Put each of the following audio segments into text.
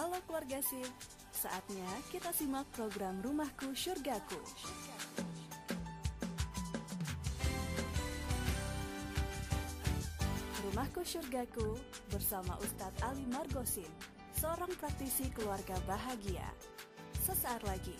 Halo keluarga SIP, saatnya kita simak program Rumahku Syurgaku. Rumahku Syurgaku bersama Ustadz Ali Margosin, seorang praktisi keluarga bahagia. Sesaat lagi.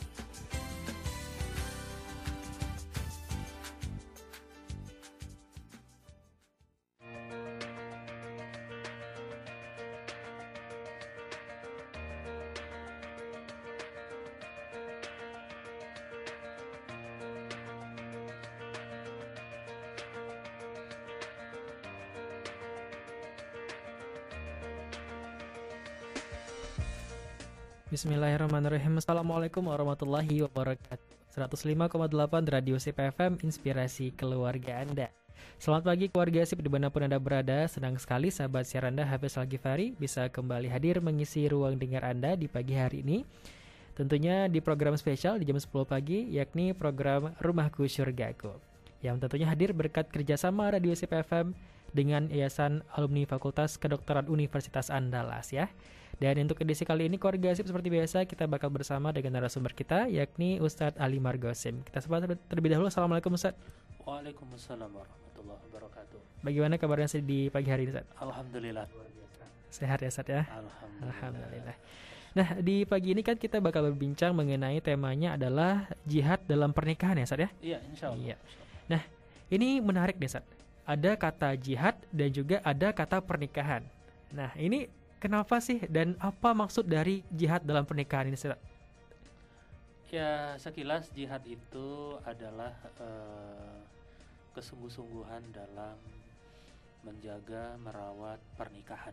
Bismillahirrahmanirrahim. Assalamualaikum warahmatullahi wabarakatuh. 105,8 Radio SIP FM, inspirasi keluarga Anda. Selamat pagi keluarga SIP dimanapun Anda berada. Senang sekali sahabat siar Anda Hafiz Al-Ghifari bisa kembali hadir mengisi ruang dengar Anda di pagi hari ini. Tentunya di program spesial di jam 10 pagi, yakni program Rumahku Syurgaku, yang tentunya hadir berkat kerjasama Radio SIP FM dengan Yayasan Alumni Fakultas Kedokteran Universitas Andalas ya. Dan untuk edisi kali ini keluarga SIP seperti biasa kita bakal bersama dengan narasumber kita yakni Ustadz Ali Margosin. Kita sapa terlebih dahulu. Assalamualaikum Ustadz. Waalaikumsalam warahmatullahi wabarakatuh. Bagaimana kabarnya di pagi hari ini Ustadz? Alhamdulillah luar biasa. Sehat ya Ustadz ya? Alhamdulillah. Nah di pagi ini kan kita bakal berbincang mengenai temanya adalah jihad dalam pernikahan ya Ustadz ya? Iya insyaallah. Iya. Nah ini menarik nih Ustadz. Ada kata jihad dan juga ada kata pernikahan. Nah ini kenapa sih dan apa maksud dari jihad dalam pernikahan ini Ustaz? Ya sekilas jihad itu adalah kesungguh-sungguhan dalam menjaga merawat pernikahan.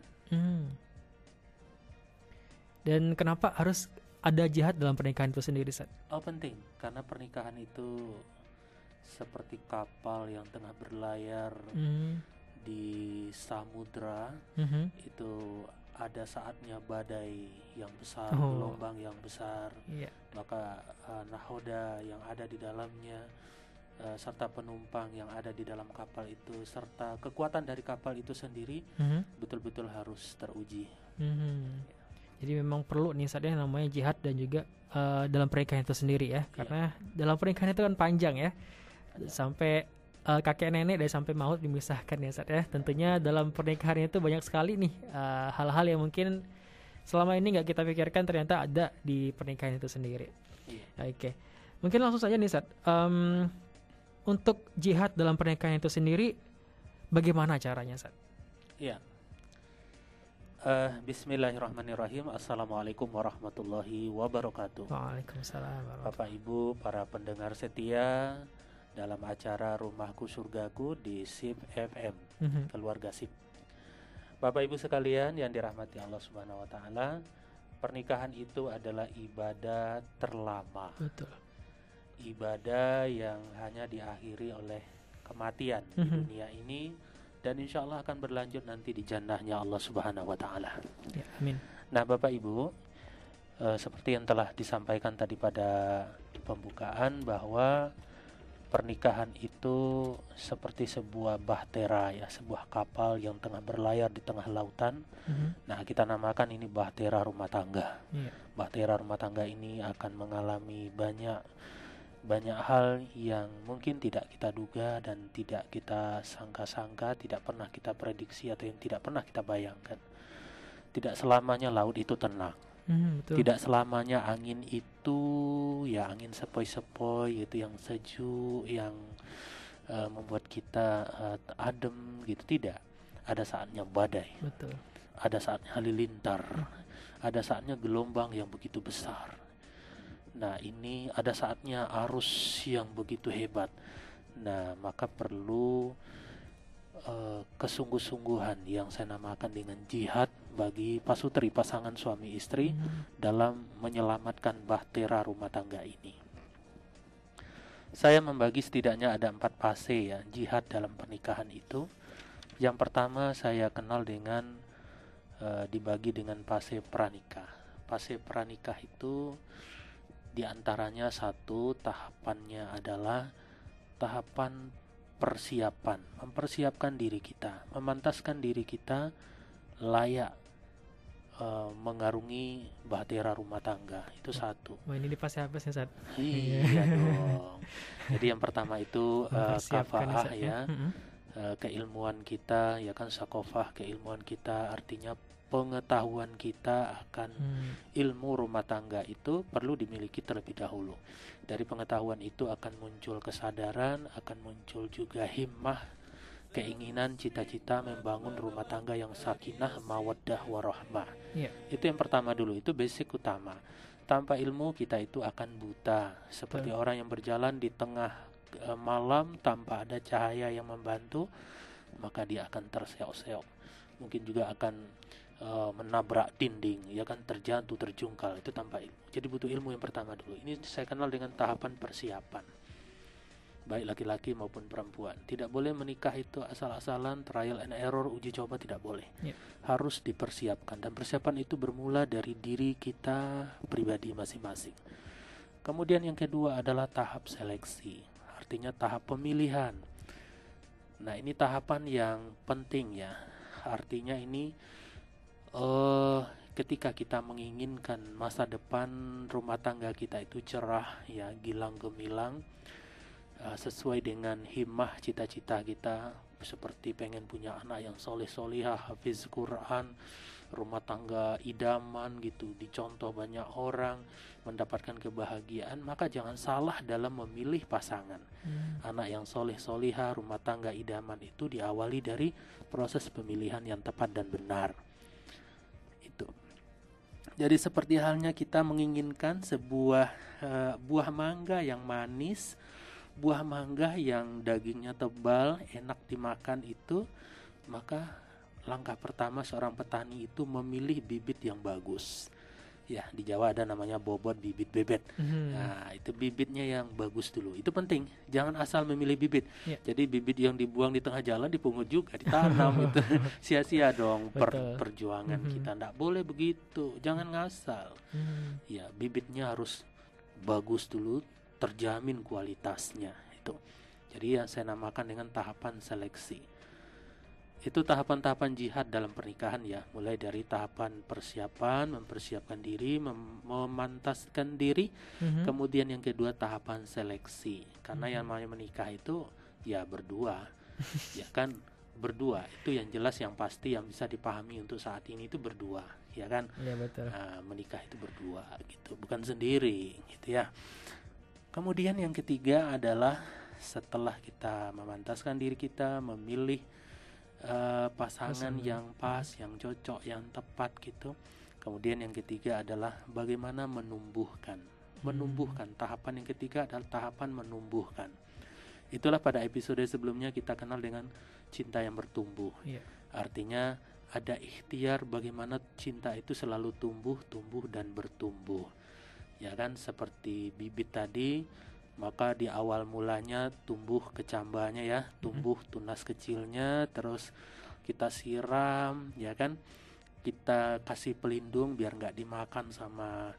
Dan kenapa harus ada jihad dalam pernikahan itu sendiri Ustaz? Oh penting karena pernikahan itu seperti kapal yang tengah berlayar di samudra. Itu ada saatnya badai yang besar, gelombang yang besar, maka nahoda yang ada di dalamnya, serta penumpang yang ada di dalam kapal itu, serta kekuatan dari kapal itu sendiri betul-betul harus teruji. Jadi memang perlu nih saatnya namanya jihad dan juga dalam pernikahan itu sendiri ya, karena dalam pernikahan itu kan panjang ya, sampai kakek nenek dan sampai maut dimisahkan ya Ustaz ya. Tentunya dalam pernikahan itu banyak sekali nih hal-hal yang mungkin selama ini nggak kita pikirkan ternyata ada di pernikahan itu sendiri. Oke. Mungkin langsung saja nih Ustaz. Untuk jihad dalam pernikahan itu sendiri bagaimana caranya Ustaz? Iya. Bismillahirrahmanirrahim. Assalamualaikum warahmatullahi wabarakatuh. Waalaikumsalam. Bapak Ibu para pendengar setia dalam acara Rumahku Surgaku di SIP FM, keluarga SIP. Bapak Ibu sekalian yang dirahmati Allah Subhanahu wa taala, pernikahan itu adalah ibadah terlama. Betul. Ibadah yang hanya diakhiri oleh kematian di dunia ini dan insya Allah akan berlanjut nanti di jannahnya Allah Subhanahu wa taala. Ya, amin. Nah, Bapak Ibu, seperti yang telah disampaikan tadi pada pembukaan bahwa pernikahan itu seperti sebuah bahtera ya, sebuah kapal yang tengah berlayar di tengah lautan. Nah, kita namakan ini bahtera rumah tangga. Bahtera rumah tangga ini akan mengalami banyak hal yang mungkin tidak kita duga dan tidak kita sangka-sangka, tidak pernah kita prediksi atau yang tidak pernah kita bayangkan. Tidak selamanya laut itu tenang. Tidak selamanya angin itu ya angin sepoi-sepoi itu yang sejuk, yang membuat kita adem gitu. Tidak. Ada saatnya badai. Betul. Ada saatnya halilintar. Ada saatnya gelombang yang begitu besar. Nah ini ada saatnya arus yang begitu hebat. Nah maka perlu kesungguh-sungguhan yang saya namakan dengan jihad bagi pasutri, pasangan suami istri dalam menyelamatkan bahtera rumah tangga ini. Saya membagi setidaknya ada 4 fase ya jihad dalam pernikahan itu. Yang pertama saya kenal dengan dibagi dengan fase pranikah. Fase pranikah itu diantaranya satu tahapannya adalah tahapan persiapan, mempersiapkan diri kita, memantaskan diri kita layak mengarungi bahtera rumah tangga. Itu satu. Wah, ini dipasih-pasih nih, Ustaz. Iya dong. Jadi yang pertama itu Mempersiapkan ya, kafa'ah Ustaz, ya, keilmuan kita ya kan, sakofah, keilmuan kita artinya pengetahuan kita akan ilmu rumah tangga itu perlu dimiliki terlebih dahulu. Dari pengetahuan itu akan muncul kesadaran, akan muncul juga himmah, keinginan, cita-cita membangun rumah tangga yang sakinah, mawaddah, warahmah. Itu yang pertama dulu, itu basic utama. Tanpa ilmu kita itu akan buta, seperti orang yang berjalan di tengah malam tanpa ada cahaya yang membantu, maka dia akan terseok-seok, mungkin juga akan menabrak dinding, ya kan, terjatuh, terjungkal. Itu tanpa ilmu. Jadi butuh ilmu yang pertama dulu. Ini saya kenal dengan tahapan persiapan, baik laki-laki maupun perempuan. Tidak boleh menikah itu asal-asalan, trial and error, uji coba, tidak boleh. Harus dipersiapkan, dan persiapan itu bermula dari diri kita pribadi masing-masing. Kemudian yang kedua adalah tahap seleksi, artinya tahap pemilihan. Nah, ini tahapan yang penting ya. Artinya ini ketika kita menginginkan masa depan rumah tangga kita itu cerah ya, gilang gemilang, sesuai dengan himmah cita-cita kita, seperti pengen punya anak yang soleh-solihah, hafiz Quran, rumah tangga idaman gitu, dicontoh banyak orang, mendapatkan kebahagiaan, maka jangan salah dalam memilih pasangan. Anak yang soleh-solihah, rumah tangga idaman itu diawali dari proses pemilihan yang tepat dan benar. Itu. Jadi seperti halnya kita menginginkan sebuah buah mangga yang manis, buah mangga yang dagingnya tebal, enak dimakan itu, maka langkah pertama seorang petani itu memilih bibit yang bagus. Ya, di Jawa ada namanya bobot, bibit bebet. Nah, itu bibitnya yang bagus dulu. Itu penting. Jangan asal memilih bibit. Jadi bibit yang dibuang di tengah jalan dipungut juga, ditanam itu. Sia-sia dong perjuangan kita. Nggak boleh begitu. Jangan ngasal. Ya, bibitnya harus bagus dulu, terjamin kualitasnya itu. Jadi yang saya namakan dengan tahapan seleksi. Itu tahapan-tahapan jihad dalam pernikahan ya, mulai dari tahapan persiapan, mempersiapkan diri, memantaskan diri, kemudian yang kedua tahapan seleksi. Karena yang namanya menikah itu ya berdua. Ya kan, berdua itu yang jelas, yang pasti, yang bisa dipahami untuk saat ini itu berdua, ya kan? Iya, betul. Nah, menikah itu berdua gitu, bukan sendiri gitu ya. Kemudian yang ketiga adalah setelah kita memantaskan diri kita, memilih pasangan yang pas, yang cocok, yang tepat gitu. Kemudian yang ketiga adalah bagaimana menumbuhkan. Tahapan yang ketiga adalah tahapan menumbuhkan. Itulah pada episode sebelumnya kita kenal dengan cinta yang bertumbuh. Artinya ada ikhtiar bagaimana cinta itu selalu tumbuh dan bertumbuh. Ya kan, seperti bibit tadi, maka di awal mulanya tumbuh kecambahnya ya, tumbuh tunas kecilnya, terus kita siram, ya kan, kita kasih pelindung biar nggak dimakan sama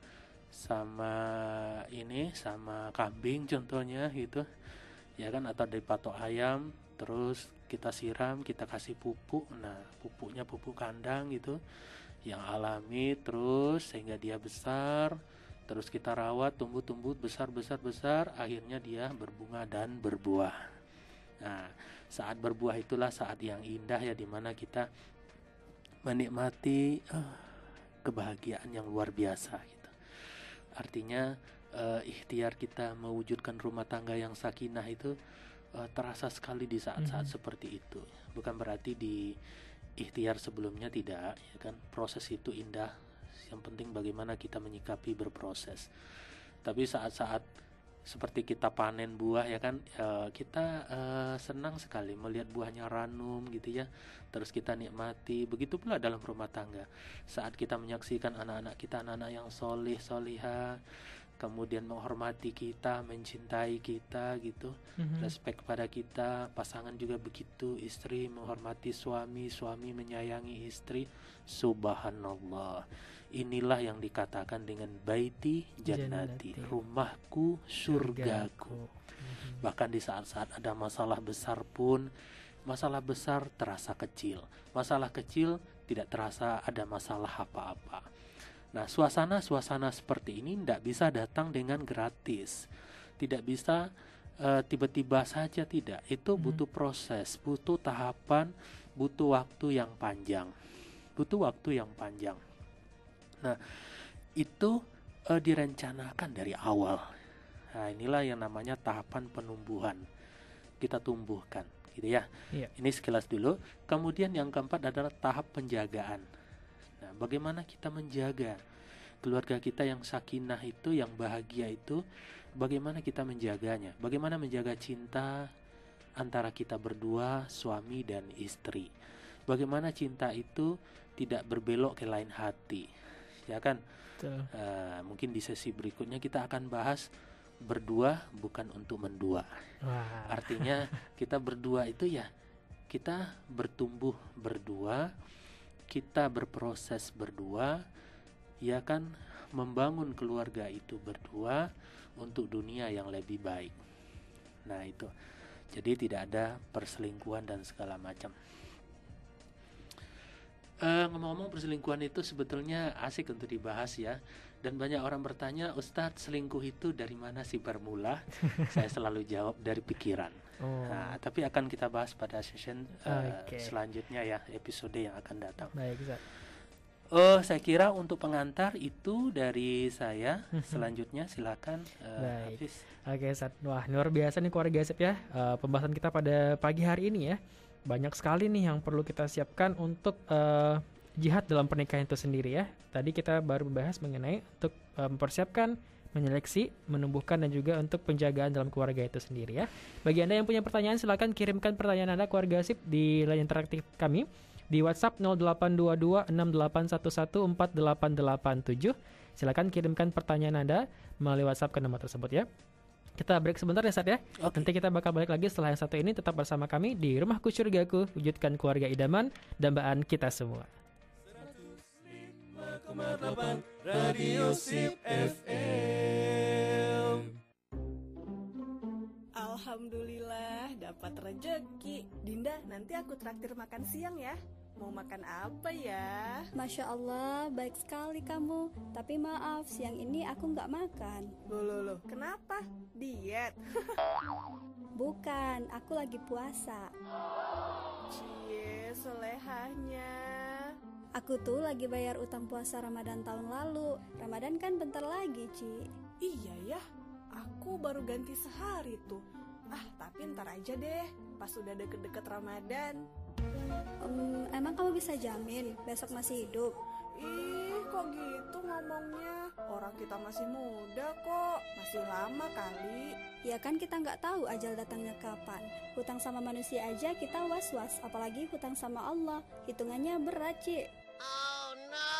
kambing contohnya gitu, ya kan, atau dari patok ayam. Terus kita siram, kita kasih pupuk. Nah, pupuknya pupuk kandang gitu, yang alami, terus sehingga dia besar. Terus kita rawat, tumbuh besar, akhirnya dia berbunga dan berbuah. Nah, saat berbuah itulah saat yang indah ya, dimana kita menikmati kebahagiaan yang luar biasa gitu. Artinya ikhtiar kita mewujudkan rumah tangga yang sakinah itu terasa sekali di saat-saat seperti itu. Bukan berarti di ikhtiar sebelumnya tidak, ya kan, proses itu indah. Yang penting bagaimana kita menyikapi, berproses. Tapi saat-saat seperti kita panen buah ya kan, kita senang sekali melihat buahnya ranum gitu ya. Terus kita nikmati. Begitu pula dalam rumah tangga. Saat kita menyaksikan anak-anak kita, anak-anak yang solih, solihah, kemudian menghormati kita, mencintai kita gitu, respect pada kita. Pasangan juga begitu, istri menghormati suami, suami menyayangi istri. Subhanallah. Inilah yang dikatakan dengan baiti jannati, rumahku, surgaku. Bahkan di saat-saat ada masalah besar pun, masalah besar terasa kecil, masalah kecil tidak terasa ada masalah apa-apa. Nah, suasana-suasana seperti ini tidak bisa datang dengan gratis, tidak bisa tiba-tiba saja, tidak. Itu butuh proses, butuh tahapan, butuh waktu yang panjang. Nah, itu direncanakan dari awal. Nah, inilah yang namanya tahapan penumbuhan. Kita tumbuhkan, gitu ya. Ini sekilas dulu. Kemudian yang keempat adalah tahap penjagaan. Nah, bagaimana kita menjaga keluarga kita yang sakinah itu, yang bahagia itu, bagaimana kita menjaganya? Bagaimana menjaga cinta antara kita berdua, suami dan istri? Bagaimana cinta itu tidak berbelok ke lain hati, ya kan? Mungkin di sesi berikutnya kita akan bahas berdua bukan untuk mendua. Artinya kita berdua itu ya, kita bertumbuh berdua, kita berproses berdua, ya kan, membangun keluarga itu berdua untuk dunia yang lebih baik. Nah itu, jadi tidak ada perselingkuhan dan segala macam. Ngomong-ngomong, perselingkuhan itu sebetulnya asik untuk dibahas ya. Dan banyak orang bertanya, Ustadz, selingkuh itu dari mana sih bermula? Saya selalu jawab dari pikiran. Nah, tapi akan kita bahas pada session selanjutnya ya, episode yang akan datang. Baik, Ustaz. Saya kira untuk pengantar itu dari saya. Selanjutnya silakan Hafiz. Oke, Ustaz. Wah, luar biasa nih keluarga Asep ya. Pembahasan kita pada pagi hari ini ya. Banyak sekali nih yang perlu kita siapkan untuk jihad dalam pernikahan itu sendiri ya. Tadi kita baru membahas mengenai untuk mempersiapkan, menyeleksi, menumbuhkan dan juga untuk penjagaan dalam keluarga itu sendiri ya. Bagi Anda yang punya pertanyaan, silakan kirimkan pertanyaan Anda keluarga Asip di line interaktif kami di WhatsApp 082268114887. Silakan kirimkan pertanyaan Anda melalui WhatsApp ke nomor tersebut ya. Kita break sebentar ya Ustaz ya. Nanti kita bakal balik lagi setelah yang satu ini. Tetap bersama kami di Rumahku Surgaku, wujudkan keluarga idaman, dambaan kita semua. 105,8 Radio Sip FM. Alhamdulillah dapat rejeki. Dinda, nanti aku traktir makan siang ya. Mau makan apa ya? Masya Allah, baik sekali kamu. Tapi maaf, siang ini aku nggak makan. Loh, kenapa? Diet? Bukan, aku lagi puasa. Cie, solehahnya. Aku tuh lagi bayar utang puasa Ramadan tahun lalu. Ramadan kan bentar lagi, Ci. Iya ya, aku baru ganti sehari tuh. Tapi ntar aja deh, pas udah deket-deket Ramadan. Emang kamu bisa jamin besok masih hidup? Ih, kok gitu ngomongnya? Orang kita masih muda kok, masih lama kali. Ya kan kita nggak tahu ajal datangnya kapan. Hutang sama manusia aja kita was-was, apalagi hutang sama Allah. Hitungannya berat, Ci. Oh no.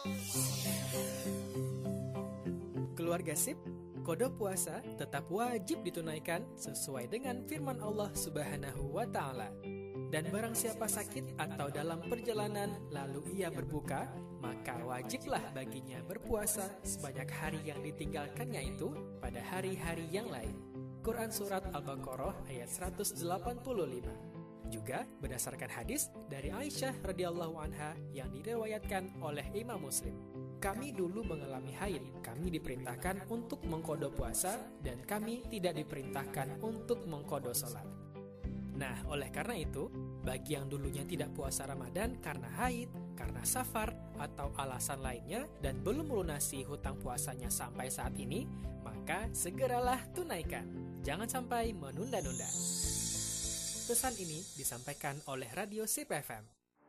Keluarga Sip, kode puasa tetap wajib ditunaikan sesuai dengan firman Allah Subhanahu wa Ta'ala. Dan barang siapa sakit atau dalam perjalanan lalu ia berbuka, maka wajiblah baginya berpuasa sebanyak hari yang ditinggalkannya itu pada hari-hari yang lain. Quran Surat Al-Baqarah ayat 185. Juga berdasarkan hadis dari Aisyah radhiyallahu anha yang diriwayatkan oleh Imam Muslim. Kami dulu mengalami haid, kami diperintahkan untuk mengqadha puasa dan kami tidak diperintahkan untuk mengqadha salat. Nah, oleh karena itu, bagi yang dulunya tidak puasa Ramadan karena haid, karena safar, atau alasan lainnya dan belum melunasi hutang puasanya sampai saat ini, maka segeralah tunaikan. Jangan sampai menunda-nunda. Pesan ini disampaikan oleh Radio Sip FM.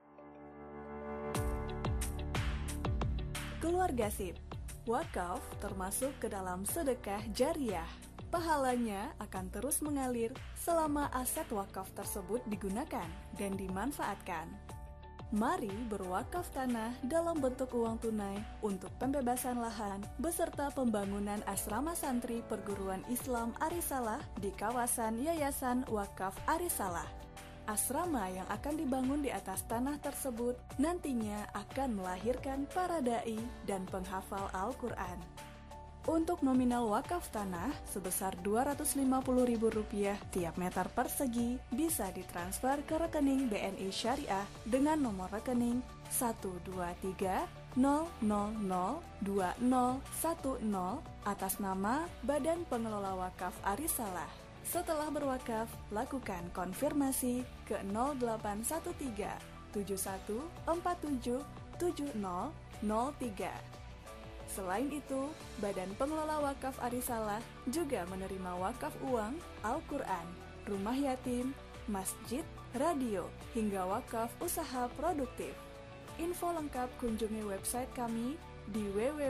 Keluarga Sip, wakaf termasuk ke dalam sedekah jariah. Pahalanya akan terus mengalir selama aset wakaf tersebut digunakan dan dimanfaatkan. Mari berwakaf tanah dalam bentuk uang tunai untuk pembebasan lahan beserta pembangunan asrama santri perguruan Islam Arisalah di kawasan Yayasan Wakaf Arisalah. Asrama yang akan dibangun di atas tanah tersebut nantinya akan melahirkan para dai dan penghafal Al-Quran. Untuk nominal wakaf tanah sebesar Rp250.000 tiap meter persegi bisa ditransfer ke rekening BNI Syariah dengan nomor rekening 123 000 2010 atas nama Badan Pengelola Wakaf Arisalah. Setelah berwakaf, lakukan konfirmasi ke 0813 7147 7003. Selain itu, Badan Pengelola Wakaf Arisalah juga menerima wakaf uang, Al-Quran, rumah yatim, masjid, radio, hingga wakaf usaha produktif. Info lengkap kunjungi website kami di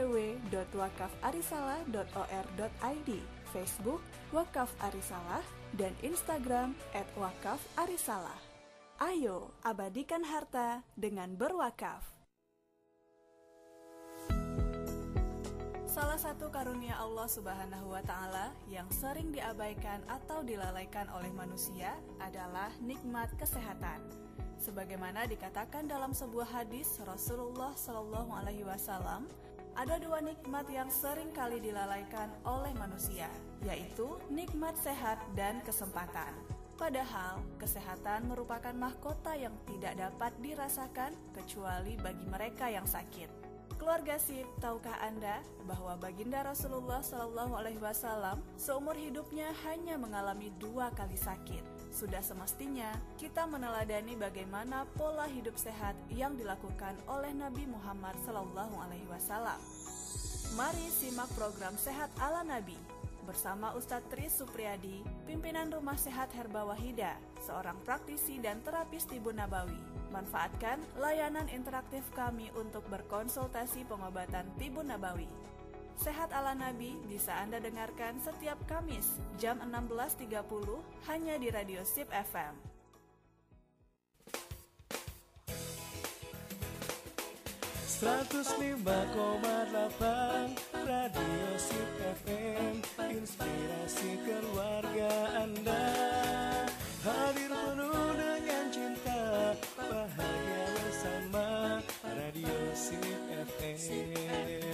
www.wakafarisalah.or.id, Facebook Wakaf Arisalah, dan Instagram @wakafarisalah. Ayo, abadikan harta dengan berwakaf. Salah satu karunia Allah Subhanahu wa Ta'ala yang sering diabaikan atau dilalaikan oleh manusia adalah nikmat kesehatan. Sebagaimana dikatakan dalam sebuah hadis Rasulullah Shallallahu Alaihi Wasallam, ada dua nikmat yang sering kali dilalaikan oleh manusia, yaitu nikmat sehat dan kesempatan. Padahal, kesehatan merupakan mahkota yang tidak dapat dirasakan kecuali bagi mereka yang sakit. Keluarga SIP, tahukah Anda bahwa baginda Rasulullah Shallallahu Alaihi Wasallam seumur hidupnya hanya mengalami 2 kali sakit? Sudah semestinya kita meneladani bagaimana pola hidup sehat yang dilakukan oleh Nabi Muhammad Shallallahu Alaihi Wasallam. Mari simak program Sehat ala Nabi bersama Ustadz Tri Supriyadi, pimpinan Rumah Sehat Herba Wahida, seorang praktisi dan terapis Tibun Nabawi. Manfaatkan layanan interaktif kami untuk berkonsultasi pengobatan Tibun Nabawi. Sehat ala Nabi bisa Anda dengarkan setiap Kamis jam 16.30 hanya di Radio SIP FM. .8 Radio SIP FM, inspirasi keluarga Anda. Hadir penuh dengan cinta, bahagia bersama Radio SIP FM.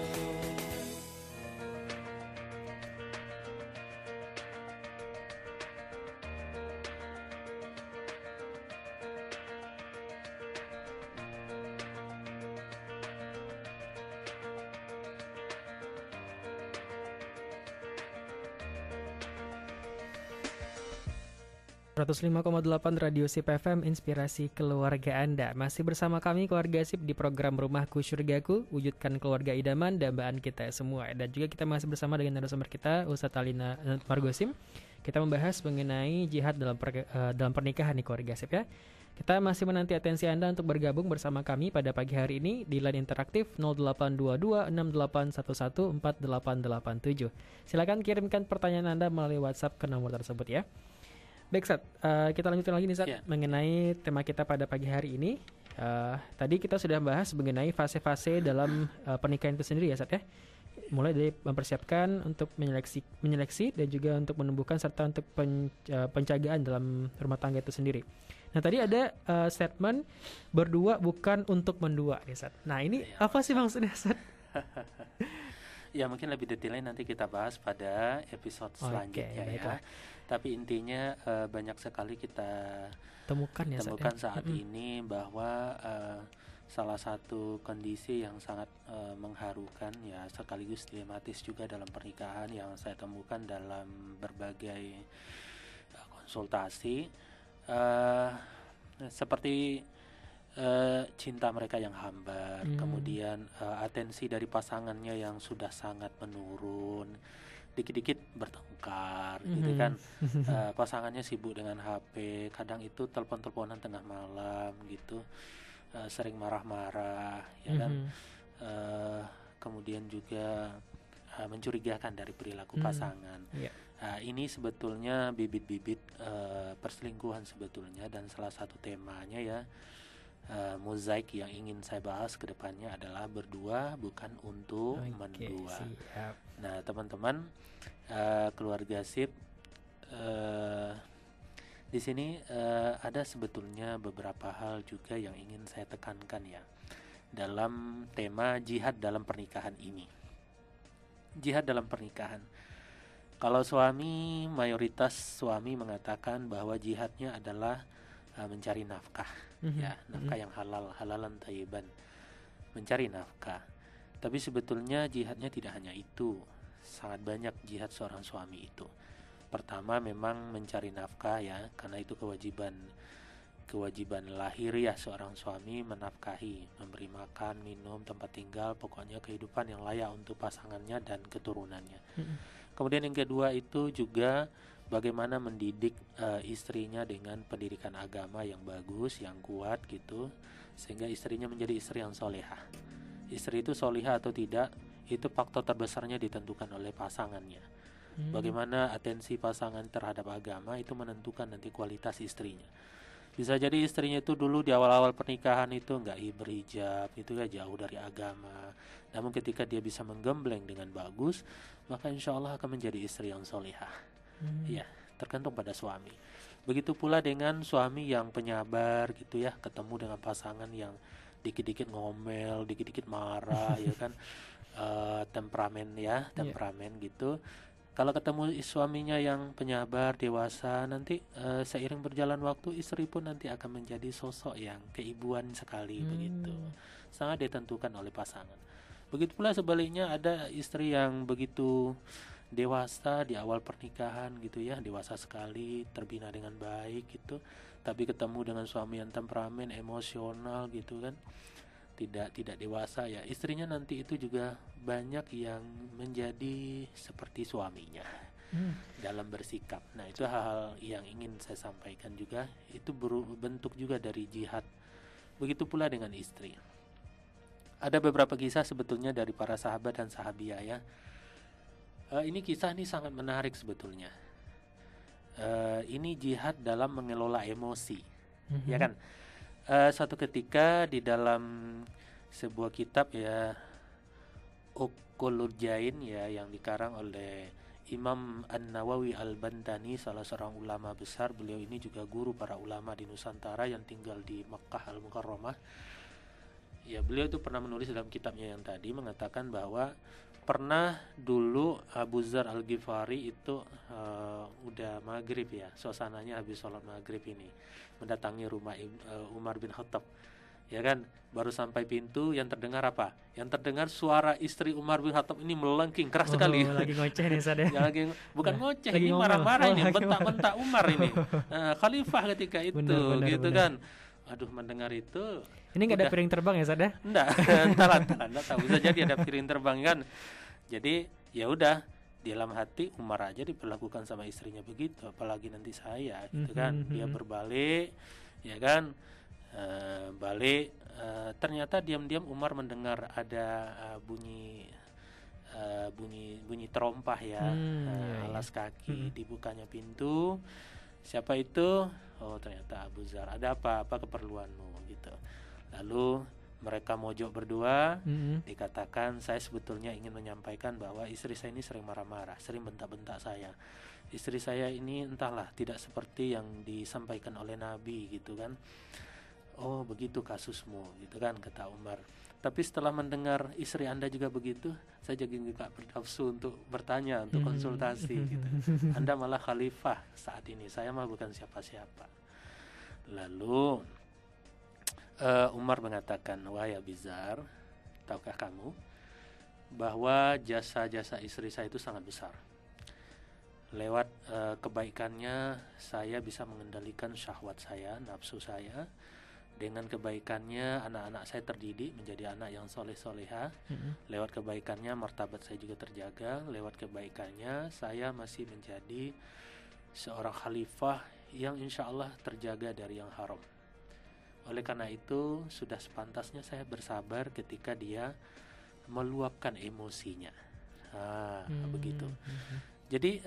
105,8 Radio SIP FM, inspirasi keluarga Anda. Masih bersama kami keluarga SIP di program Rumahku Surgaku, wujudkan keluarga idaman dambaan kita semua. Dan juga kita masih bersama dengan narasumber kita Ustadz Alina Margosim. Kita membahas mengenai jihad dalam pernikahan nih keluarga SIP ya. Kita masih menanti atensi Anda untuk bergabung bersama kami pada pagi hari ini di line interaktif 0822 6811 4887. Silakan kirimkan pertanyaan Anda melalui WhatsApp ke nomor tersebut ya. Baik, Sat, kita lanjutkan lagi nih, Sat, mengenai tema kita pada pagi hari ini. Tadi kita sudah bahas mengenai fase-fase dalam pernikahan itu sendiri ya, Sat ya. Mulai dari mempersiapkan untuk menyeleksi dan juga untuk menumbuhkan serta untuk penjagaan dalam rumah tangga itu sendiri. Nah, tadi ada statement berdua bukan untuk mendua ya, Sat. Nah, ini apa sih maksudnya, Sat? Ya, mungkin lebih detailnya nanti kita bahas pada episode selanjutnya ya. Tapi intinya banyak sekali kita temukan saat ini bahwa salah satu kondisi yang sangat mengharukan ya sekaligus dilematis juga dalam pernikahan yang saya temukan dalam berbagai konsultasi seperti cinta mereka yang hambar, kemudian atensi dari pasangannya yang sudah sangat menurun, dikit-dikit bertengkar, gitu kan. Pasangannya sibuk dengan HP, kadang itu telepon-teleponan tengah malam, gitu, sering marah-marah, ya kan. Kemudian juga mencurigakan dari perilaku pasangan. Ini sebetulnya bibit-bibit perselingkuhan sebetulnya, dan salah satu temanya ya. Mozaik yang ingin saya bahas ke depannya adalah berdua bukan untuk mendua. Siap. Nah, teman-teman keluarga SIP, di sini ada sebetulnya beberapa hal juga yang ingin saya tekankan ya dalam tema jihad dalam pernikahan ini. Jihad dalam pernikahan. Kalau suami, mayoritas suami mengatakan bahwa jihadnya adalah mencari nafkah, ya, nafkah yang halal, halalan thayyiban, mencari nafkah. Tapi sebetulnya jihadnya tidak hanya itu, sangat banyak jihad seorang suami itu. Pertama memang mencari nafkah, ya, karena itu kewajiban lahiriah seorang suami, menafkahi, memberi makan, minum, tempat tinggal, pokoknya kehidupan yang layak untuk pasangannya dan keturunannya. Kemudian yang kedua itu juga bagaimana mendidik istrinya dengan pendidikan agama yang bagus, yang kuat gitu, sehingga istrinya menjadi istri yang solehah. Istri itu solehah atau tidak, itu faktor terbesarnya ditentukan oleh pasangannya. Bagaimana atensi pasangan terhadap agama itu menentukan nanti kualitas istrinya. Bisa jadi istrinya itu dulu di awal-awal pernikahan itu nggak berhijab, itu ya jauh dari agama. Namun ketika dia bisa menggembleng dengan bagus, maka insya Allah akan menjadi istri yang solehah. Ya, tergantung pada suami. Begitu pula dengan suami yang penyabar gitu ya, ketemu dengan pasangan yang dikit-dikit ngomel, dikit-dikit marah, ya kan, temperamen gitu. Kalau ketemu suaminya yang penyabar, dewasa, nanti seiring berjalan waktu istri pun nanti akan menjadi sosok yang keibuan sekali begitu. Sangat ditentukan oleh pasangan. Begitu pula sebaliknya, ada istri yang begitu dewasa di awal pernikahan gitu ya, dewasa sekali, terbina dengan baik gitu, tapi ketemu dengan suami yang temperamen, emosional gitu kan, tidak dewasa, ya istrinya nanti itu juga banyak yang menjadi seperti suaminya dalam bersikap. Nah, itu hal-hal yang ingin saya sampaikan juga, itu bentuk juga dari jihad. Begitu pula dengan istri. Ada beberapa kisah sebetulnya dari para sahabat dan sahabiah ya. Ini kisah ini sangat menarik sebetulnya. Ini jihad dalam mengelola emosi, ya kan? Suatu ketika di dalam sebuah kitab ya, Uqulul Jain ya, yang dikarang oleh Imam An-Nawawi Al-Bantani, salah seorang ulama besar. Beliau ini juga guru para ulama di Nusantara yang tinggal di Makkah Al-Mukarramah. Ya, beliau itu pernah menulis dalam kitabnya yang tadi, mengatakan bahwa pernah dulu Abu Dzar Al-Ghifari itu udah maghrib ya, suasananya habis sholat maghrib ini, mendatangi rumah Umar bin Khattab, ya kan, baru sampai pintu yang terdengar apa? Yang terdengar suara istri Umar bin Khattab ini melengking keras sekali. Lagi ngoceh nih Ustaz ya. Bukan ngoceh, lagi ini ngomel. marah-marah ini, bentak-bentak Umar ini. Khalifah ketika itu, Benar. kan. Aduh, mendengar itu. Ini nggak ada piring terbang ya Ustaz ya? Enggak, entahlah, tahu, bisa jadi ada piring terbang kan. Jadi ya udah, di dalam hati Umar aja diperlakukan sama istrinya begitu, apalagi nanti saya gitu kan. Dia berbalik, ya kan, balik, ternyata diam-diam Umar mendengar ada bunyi terompah ya, alas kaki, dibukanya pintu. Siapa itu? Oh, ternyata Abu Dzar. Ada apa keperluanmu gitu. Lalu mereka mojok berdua, dikatakan, saya sebetulnya ingin menyampaikan bahwa istri saya ini sering marah-marah, sering bentak-bentak saya. Istri saya ini entahlah, tidak seperti yang disampaikan oleh Nabi gitu kan. Oh, begitu kasusmu gitu kan, kata Umar. Tapi setelah mendengar istri Anda juga begitu, saya jadi juga bernafsu untuk bertanya, untuk konsultasi gitu. Anda malah khalifah saat ini, saya mah bukan siapa-siapa. Lalu Umar mengatakan, wahai Abu Dzar, tahukah kamu bahwa jasa-jasa istri saya itu sangat besar. Lewat kebaikannya saya bisa mengendalikan syahwat saya, nafsu saya. Dengan kebaikannya anak-anak saya terdidik menjadi anak yang soleh-soleha. Lewat kebaikannya martabat saya juga terjaga. Lewat kebaikannya saya masih menjadi seorang khalifah yang insya Allah terjaga dari yang haram. Oleh karena itu sudah sepantasnya saya bersabar ketika dia meluapkan emosinya. Begitu. Jadi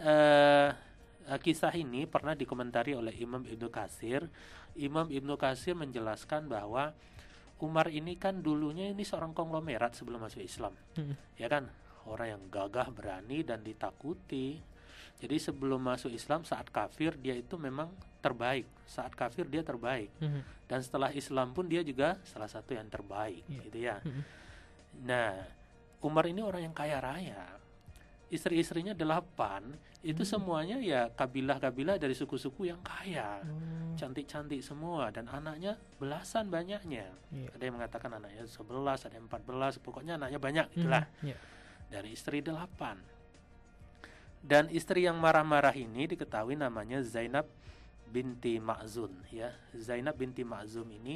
kisah ini pernah dikomentari oleh Imam Ibnu Katsir. Imam Ibnu Katsir menjelaskan bahwa Umar ini kan dulunya ini seorang konglomerat sebelum masuk Islam, ya kan, orang yang gagah, berani dan ditakuti. Jadi sebelum masuk Islam, saat kafir dia itu memang terbaik. Saat kafir dia terbaik, dan setelah Islam pun dia juga salah satu yang terbaik, gitu ya. Nah, Umar ini orang yang kaya raya. istri-istrinya 8, itu semuanya ya kabilah-kabilah dari suku-suku yang kaya, cantik-cantik semua, dan anaknya belasan banyaknya. Ada yang mengatakan anaknya 11, ada yang 14, pokoknya anaknya banyak itulah. Dari istri 8. Dan istri yang marah-marah ini diketahui namanya Zainab binti Ma'zun ya. Zainab binti Ma'zum ini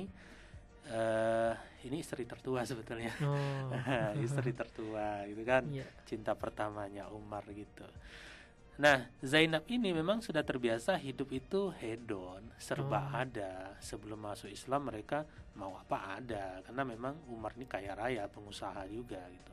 istri tertua sebetulnya. Istri tertua gitu kan. Cinta pertamanya Umar gitu. Nah, Zainab ini memang sudah terbiasa hidup itu hedon, serba ada. Sebelum masuk Islam mereka mau apa ada, karena memang Umar ini kaya raya, pengusaha juga gitu.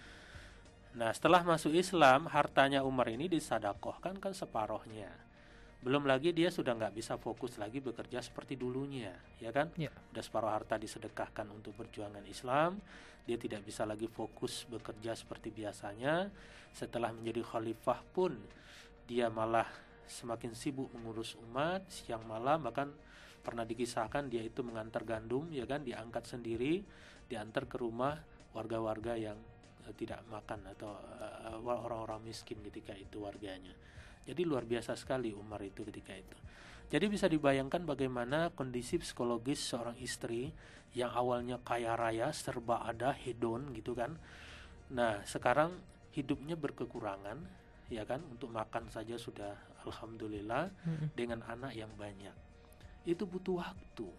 Nah, setelah masuk Islam, hartanya Umar ini disedekahkan kan separohnya. Belum lagi dia sudah nggak bisa fokus lagi bekerja seperti dulunya, ya kan? Udah separuh harta disedekahkan untuk perjuangan Islam. Dia tidak bisa lagi fokus bekerja seperti biasanya. Setelah menjadi khalifah pun, dia malah semakin sibuk mengurus umat, siang malam. Bahkan pernah dikisahkan dia itu mengantar gandum, ya kan? Diangkat sendiri, diantar ke rumah warga-warga yang tidak makan atau orang-orang miskin ketika itu warganya. Jadi luar biasa sekali Umar itu ketika itu. Jadi bisa dibayangkan bagaimana kondisi psikologis seorang istri yang awalnya kaya raya, serba ada, hedon gitu kan. Nah, sekarang hidupnya berkekurangan, ya kan, untuk makan saja sudah alhamdulillah, dengan anak yang banyak. Itu butuh waktu.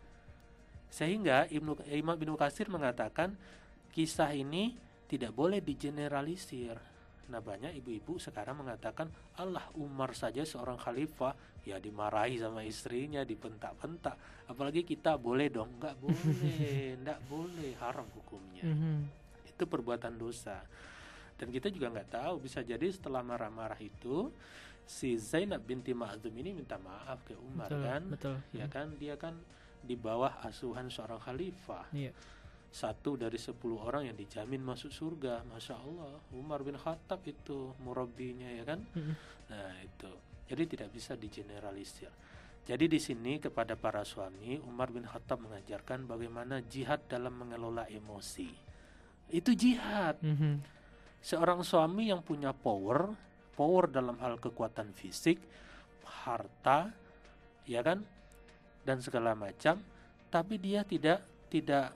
Sehingga Imam Ibnu Katsir mengatakan kisah ini tidak boleh digeneralisir. Nah, banyak ibu-ibu sekarang mengatakan, Allah, Umar saja seorang khalifah ya dimarahi sama istrinya, dibentak-bentak, apalagi kita boleh dong? Enggak boleh, enggak boleh, haram hukumnya. Itu perbuatan dosa. Dan kita juga nggak tahu, bisa jadi setelah marah-marah itu si Zainab binti Ma'zum ini minta maaf ke Umar. Betul. Ya kan, dia kan di bawah asuhan seorang khalifah. Satu dari 10 orang yang dijamin masuk surga. Masya Allah, Umar bin Khattab itu murabbinya, ya kan. Nah itu, jadi tidak bisa digeneralisir. Jadi di sini kepada para suami, Umar bin Khattab mengajarkan bagaimana jihad dalam mengelola emosi. Itu jihad. Seorang suami yang punya power dalam hal kekuatan fisik, harta, ya kan, dan segala macam, tapi dia tidak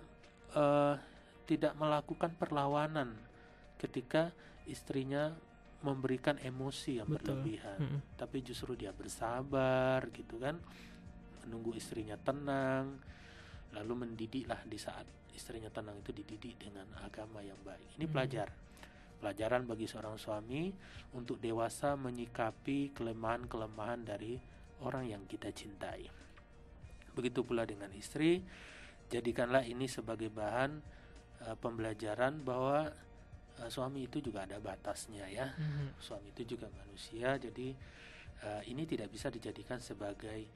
melakukan perlawanan ketika istrinya memberikan emosi yang berlebihan, tapi justru dia bersabar gitu kan, menunggu istrinya tenang, lalu mendidiklah di saat istrinya tenang itu, dididik dengan agama yang baik. Ini pelajaran bagi seorang suami untuk dewasa menyikapi kelemahan-kelemahan dari orang yang kita cintai. Begitu pula dengan istri. Jadikanlah ini sebagai bahan pembelajaran bahwa suami itu juga ada batasnya ya. Suami itu juga manusia, jadi ini tidak bisa dijadikan sebagai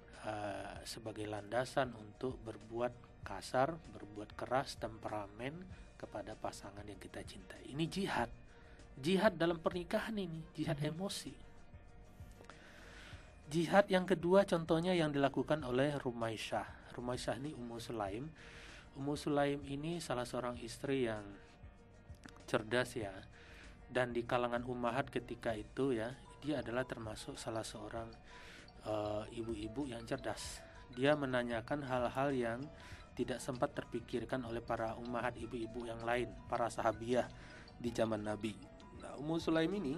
landasan untuk berbuat kasar, berbuat keras, temperamen kepada pasangan yang kita cintai. Ini jihad dalam pernikahan, ini jihad emosi. Jihad yang kedua contohnya yang dilakukan oleh Rumaisyah ini Ummu Sulaim. Ummu Sulaim ini salah seorang istri yang cerdas ya, dan di kalangan ummahat ketika itu ya, dia adalah termasuk salah seorang ibu-ibu yang cerdas. Dia menanyakan hal-hal yang tidak sempat terpikirkan oleh para ummahat ibu-ibu yang lain, para sahabiyah di zaman Nabi. Nah, Ummu Sulaim ini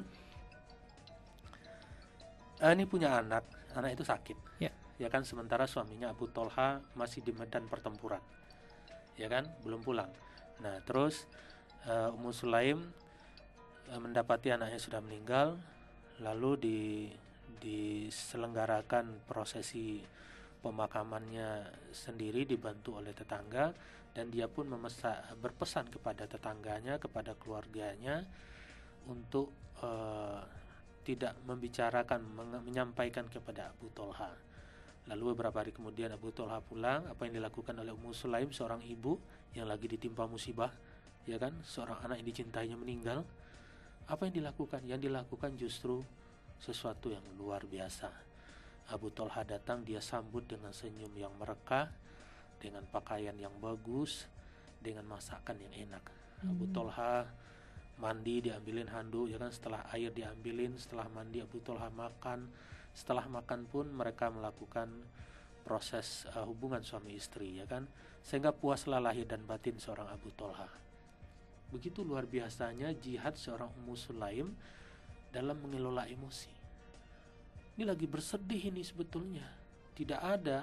punya anak itu sakit. Ya kan, sementara suaminya Abu Tolha masih di medan pertempuran, ya kan, belum pulang. Nah terus Ummu Sulaim mendapati anaknya sudah meninggal, lalu diselenggarakan prosesi pemakamannya sendiri dibantu oleh tetangga, dan dia pun berpesan kepada tetangganya, kepada keluarganya untuk tidak membicarakan, menyampaikan kepada Abu Tolha. Lalu beberapa hari kemudian Abu Tolha pulang. Apa yang dilakukan oleh Ummu Sulaim, seorang ibu yang lagi ditimpa musibah, ya kan, seorang anak yang dicintainya meninggal. Apa yang dilakukan? Yang dilakukan justru sesuatu yang luar biasa. Abu Tolha datang, dia sambut dengan senyum yang merekah, dengan pakaian yang bagus, dengan masakan yang enak. Abu Tolha mandi diambilin handuk, ya kan, setelah air diambilin, setelah mandi Abu Thalha makan, setelah makan pun mereka melakukan proses hubungan suami istri, ya kan, sehingga puaslah lahir dan batin seorang Abu Thalha. Begitu luar biasanya jihad seorang Ummu Sulaim dalam mengelola emosi. Ini lagi bersedih ini sebetulnya, tidak ada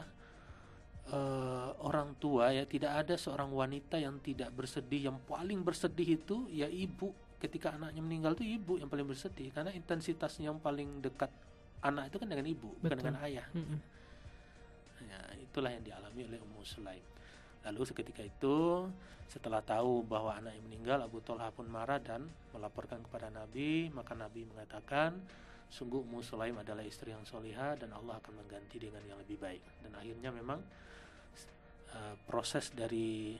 orang tua, ya, tidak ada seorang wanita yang tidak bersedih. Yang paling bersedih itu ya ibu. Ketika anaknya meninggal itu ibu yang paling bersedih, karena intensitasnya yang paling dekat anak itu kan dengan ibu, bukan dengan ayah. Ya, itulah yang dialami oleh Ummu Sulaim. Lalu seketika itu, setelah tahu bahwa anaknya meninggal, Abu Thalha pun marah dan melaporkan kepada Nabi. Maka Nabi mengatakan, sungguh Ummu Sulaim adalah istri yang solihah dan Allah akan mengganti dengan yang lebih baik. Dan akhirnya memang proses dari